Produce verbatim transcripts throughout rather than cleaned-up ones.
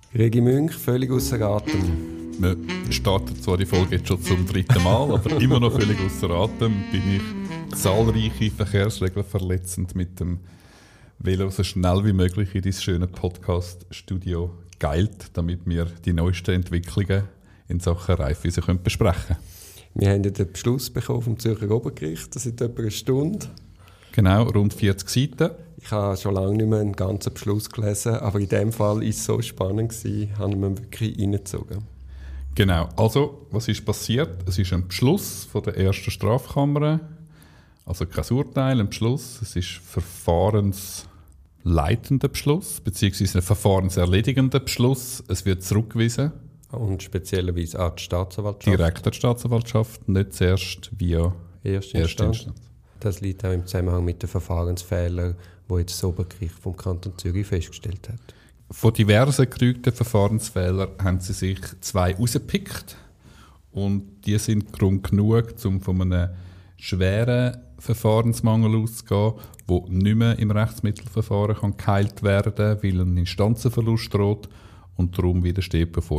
Regi Münch, völlig ausser Atem. Wir starten zwar die Folge jetzt schon zum dritten Mal, aber immer noch völlig ausser Atem bin ich zahlreiche Verkehrsregeln verletzend mit dem Velo so schnell wie möglich in dein schönes Podcast-Studio geeilt, damit wir die neuesten Entwicklungen in Sachen Reifeisen können besprechen können. Wir haben den Beschluss bekommen vom Zürcher Obergericht, das ist etwa eine Stunde. Genau, rund vierzig Seiten. Ich habe schon lange nicht mehr einen ganzen Beschluss gelesen, aber in diesem Fall war es so spannend, haben wir wirklich reingezogen. Genau, also was ist passiert? Es ist ein Beschluss von der ersten Strafkammer, also kein Urteil, ein Beschluss. Es ist verfahrensleitender Beschluss, beziehungsweise ein verfahrenserledigender Beschluss. Es wird zurückgewiesen. Und speziellerweise an die Staatsanwaltschaft. Direkt an die Staatsanwaltschaft, nicht zuerst via Erste Erste Instanz. Instanz. Das liegt auch im Zusammenhang mit den Verfahrensfehlern, die jetzt das Obergericht vom Kanton Zürich festgestellt hat. Von diversen gerügten Verfahrensfehlern haben sie sich zwei rausgepickt. Und die sind Grund genug, um von einem schweren Verfahrensmangel auszugehen, der nicht mehr im Rechtsmittelverfahren kann geheilt werden kann, weil ein Instanzenverlust droht. Und darum widersteht, bevor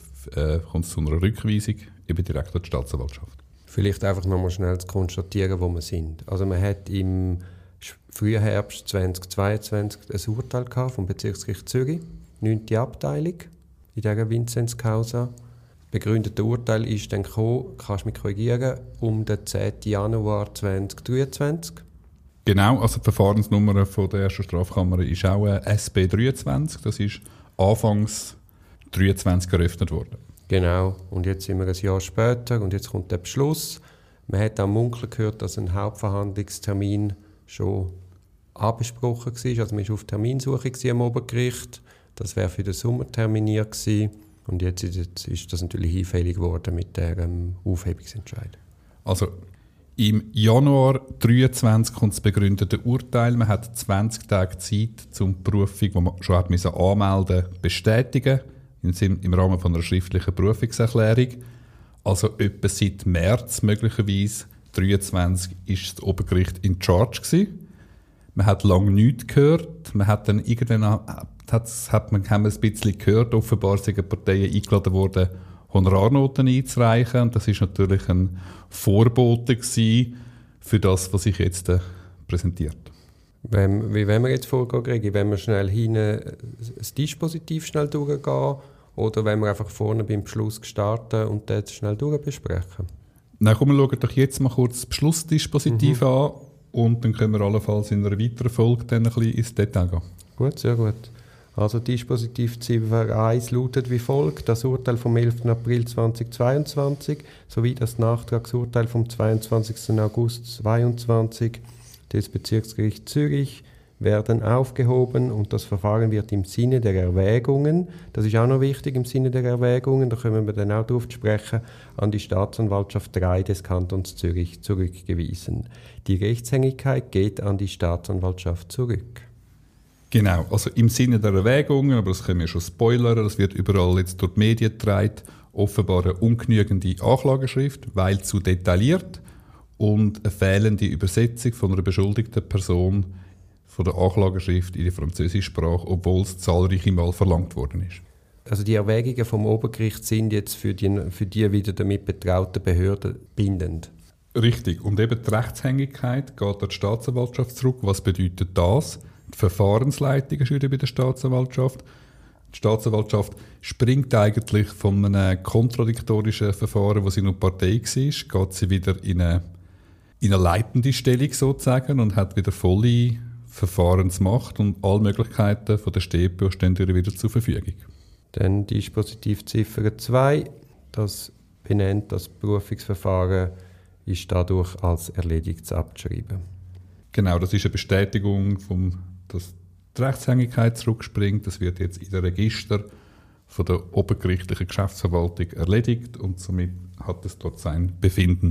äh, kommt es zu einer Rückweisung, eben direkt an die Staatsanwaltschaft. Vielleicht einfach nochmal schnell zu konstatieren, wo wir sind. Also man hat im Frühherbst zweitausendzweiundzwanzig ein Urteil gehabt vom Bezirksgericht Zürich, neunte Abteilung in dieser Vinzenz-Causa. Begründetes Urteil ist dann gekommen, kannst du mich korrigieren, um den zehnten Januar zweitausenddreiundzwanzig. Genau, also die Verfahrensnummer von der ersten Strafkammer ist auch S B dreiundzwanzig, das ist anfangs dreiundzwanzig eröffnet worden. Genau, und jetzt sind wir ein Jahr später und jetzt kommt der Beschluss. Man hat am Munkeln gehört, dass ein Hauptverhandlungstermin schon anbesprochen war. Also man war auf Terminsuche am Obergericht. Das wäre für den Sommer terminiert gewesen. Und jetzt ist das natürlich hinfällig geworden mit dem Aufhebungsentscheid. Also im Januar zweitausenddreiundzwanzig kommt das begründete Urteil. Man hat zwanzig Tage Zeit, um die Berufung, die man schon hat müssen anmelden musste, bestätigen. Im Rahmen von einer schriftlichen Berufungserklärung. Also etwa seit März möglicherweise zweitausenddreiundzwanzig ist das Obergericht in Charge gewesen. Man hat lange nichts gehört. Man hat dann irgendwann hat, hat man, haben wir ein bisschen gehört, offenbar sind Parteien eingeladen worden, Honorarnoten einzureichen. Und das ist natürlich ein Vorbote gewesen für das, was sich jetzt äh, präsentiert. Wenn, wie wollen wir jetzt vorgehen, Gregi? Wenn wir schnell hinten das Dispositiv schnell durchgehen oder wenn wir einfach vorne beim Beschluss starten und das schnell durchbesprechen? Na komm, wir schauen doch jetzt mal kurz das Beschlussdispositiv mhm. an und dann können wir allenfalls in einer weiteren Folge dann ein bisschen ins Detail gehen. Gut, sehr gut. Also Dispositivziffer eins lautet wie folgt: Das Urteil vom elften April zweitausendzweiundzwanzig sowie das Nachtragsurteil vom zweiundzwanzigsten August zweitausendzweiundzwanzig des Bezirksgerichts Zürich werden aufgehoben und das Verfahren wird im Sinne der Erwägungen, das ist auch noch wichtig, im Sinne der Erwägungen, da können wir dann auch darauf sprechen, an die Staatsanwaltschaft drei des Kantons Zürich zurückgewiesen. Die Rechtshängigkeit geht an die Staatsanwaltschaft zurück. Genau, also im Sinne der Erwägungen, aber das können wir schon spoilern, das wird überall jetzt durch die Medien getragen, offenbar eine ungenügende Anklageschrift, weil zu detailliert und eine fehlende Übersetzung von einer beschuldigten Person von der Anklageschrift in die französische Sprache, obwohl es zahlreiche Mal verlangt worden ist. Also die Erwägungen vom Obergericht sind jetzt für die, für die wieder damit betrauten Behörden bindend. Richtig. Und eben die Rechtshängigkeit geht an die Staatsanwaltschaft zurück. Was bedeutet das? Die Verfahrensleitung ist wieder bei der Staatsanwaltschaft. Die Staatsanwaltschaft springt eigentlich von einem kontradiktorischen Verfahren, wo sie noch Partei war, geht sie wieder in eine, in eine leitende Stellung sozusagen und hat wieder volle Verfahrensmacht und alle Möglichkeiten von der StPO stehen wieder zur Verfügung. Dann Dispositivziffer zwei, das benennt, das Berufungsverfahren ist dadurch als erledigt abzuschreiben. Genau, das ist eine Bestätigung, vom, dass die Rechtshängigkeit zurückspringt. Das wird jetzt in den Register von der obergerichtlichen Geschäftsverwaltung erledigt und somit hat es dort sein Befinden.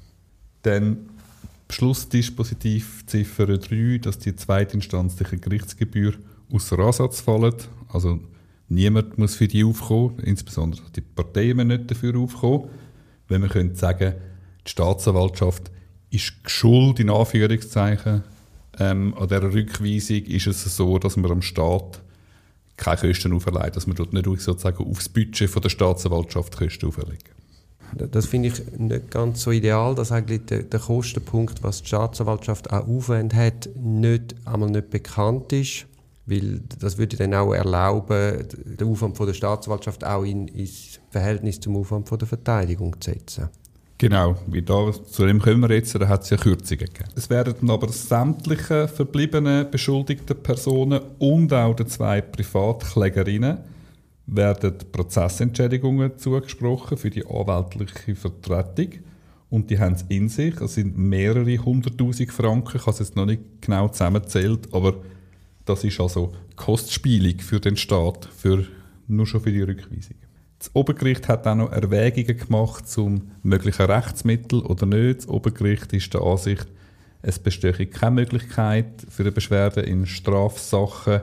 Dann Beschlussdispositiv Ziffer drei, dass die zweitinstanzliche Gerichtsgebühr außer Ansatz fallen. Also niemand muss für die aufkommen, insbesondere die Parteien müssen nicht dafür aufkommen. Wenn man könnte sagen, die Staatsanwaltschaft ist schuld, in Anführungszeichen, ähm, an dieser Rückweisung, ist es so, dass man am Staat keine Kosten auferlegt, dass man dort nicht sozusagen aufs Budget von der Staatsanwaltschaft Kosten auferlegen. Das finde ich nicht ganz so ideal, dass eigentlich der, der Kostenpunkt, was die Staatsanwaltschaft auch Aufwand hat, nicht, einmal nicht bekannt ist, weil das würde dann auch erlauben, den Aufwand von der Staatsanwaltschaft auch in, ins Verhältnis zum Aufwand von der Verteidigung zu setzen. Genau, wie da, zu dem kommen wir jetzt, da hat es ja Kürzungen gegeben. Es werden dann aber sämtliche verbliebenen beschuldigten Personen und auch den zwei Privatklägerinnen werden Prozessentschädigungen zugesprochen für die anwältliche Vertretung. Und die haben es in sich, es sind mehrere hunderttausend Franken, ich habe es jetzt noch nicht genau zusammengezählt, aber das ist also kostspielig für den Staat, für, nur schon für die Rückweisung. Das Obergericht hat auch noch Erwägungen gemacht zum möglichen Rechtsmittel oder nicht. Das Obergericht ist der Ansicht, es bestehe keine Möglichkeit für eine Beschwerde in Strafsachen.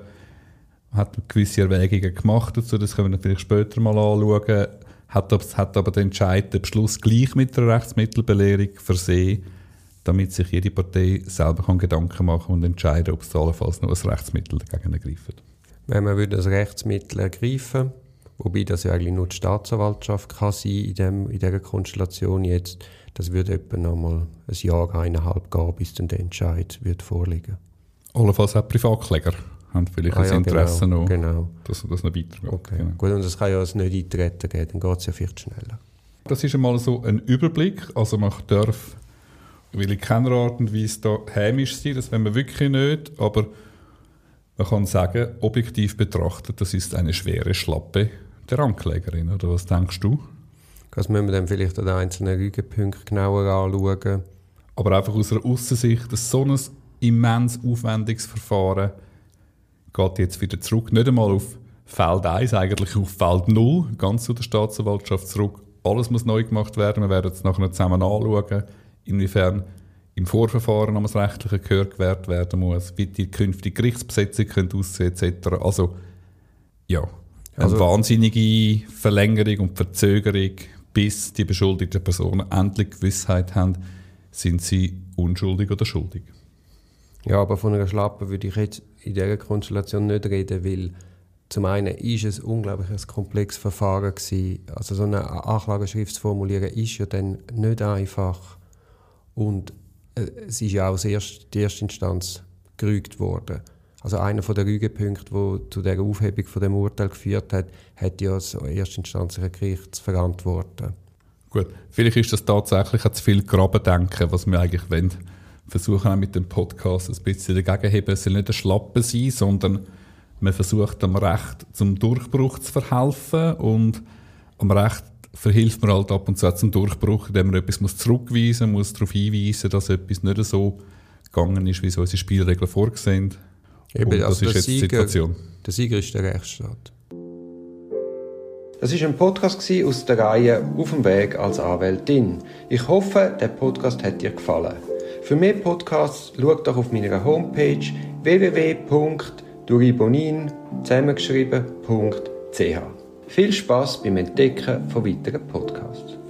Hat gewisse Erwägungen gemacht dazu, das können wir vielleicht später mal anschauen. Hat aber, hat aber den entscheidenden Beschluss gleich mit der Rechtsmittelbelehrung versehen, damit sich jede Partei selber kann Gedanken machen und entscheiden, ob es allenfalls noch ein Rechtsmittel dagegen ergreift. Wenn man würde das Rechtsmittel ergreifen, wobei das ja eigentlich nur die Staatsanwaltschaft kann sein in, dem, in dieser Konstellation jetzt, das würde etwa noch mal ein Jahr, eineinhalb gehen, bis dann der Entscheid wird vorliegen. Allenfalls auch Privatkläger haben vielleicht ah, ein ja, Interesse genau, noch, genau. dass das noch weitergeht. Okay. Genau. Gut, und es kann ja ein Nicht-Eintreten geben, dann geht es ja viel schneller. Das ist einmal so ein Überblick, also man darf, will in keiner Art und Weise da hämisch sein, das wollen wir wirklich nicht, aber man kann sagen, objektiv betrachtet, das ist eine schwere Schlappe der Anklägerin, oder was denkst du? Das müssen wir dann vielleicht an den einzelnen Rügenpunkten genauer anschauen. Aber einfach aus einer Aussensicht, dass so ein immens aufwendiges Verfahren geht jetzt wieder zurück, nicht einmal auf Feld eins, eigentlich auf Feld null, ganz zu der Staatsanwaltschaft zurück. Alles muss neu gemacht werden, wir werden es nachher zusammen anschauen, inwiefern im Vorverfahren noch das rechtliche Gehör gewährt werden muss, wie die künftige Gerichtsbesetzung könnte aussehen et cetera. Also, ja, eine also, wahnsinnige Verlängerung und Verzögerung, bis die beschuldigten Personen endlich Gewissheit haben, sind sie unschuldig oder schuldig. Ja, aber von einer Schlappe würde ich jetzt in dieser Konstellation nicht reden, weil zum einen ist es unglaublich ein komplexes Verfahren gewesen. Also so eine Anklageschrift zu formulieren ist ja dann nicht einfach. Und äh, es ist ja auch erst, die erste Instanz gerügt worden. Also einer der Rügepunkte, der zu dieser Aufhebung von dem Urteil geführt hat, hat ja das erstinstanzliche Gericht zu verantworten. Gut, vielleicht ist das tatsächlich zu viel Grabendenken, was wir eigentlich wollen. Versuchen auch mit dem Podcast ein bisschen dagegen heben. Es soll nicht ein Schlappen sein, sondern man versucht am Recht zum Durchbruch zu verhelfen und am Recht verhilft man halt ab und zu auch zum Durchbruch, indem man etwas muss zurückweisen muss, darauf hinweisen, dass etwas nicht so gegangen ist, wie es unsere Spielregeln vorgesehen. Eben, und das also ist jetzt Sieger, die Situation. Der Sieger ist der Rechtsstaat. Das war ein Podcast aus der Reihe «Auf dem Weg als Anwältin». Ich hoffe, der Podcast hat dir gefallen. Für mehr Podcasts schau doch auf meiner Homepage w w w punkt duribonin zusammengeschrieben punkt c h. Viel Spass beim Entdecken von weiteren Podcasts.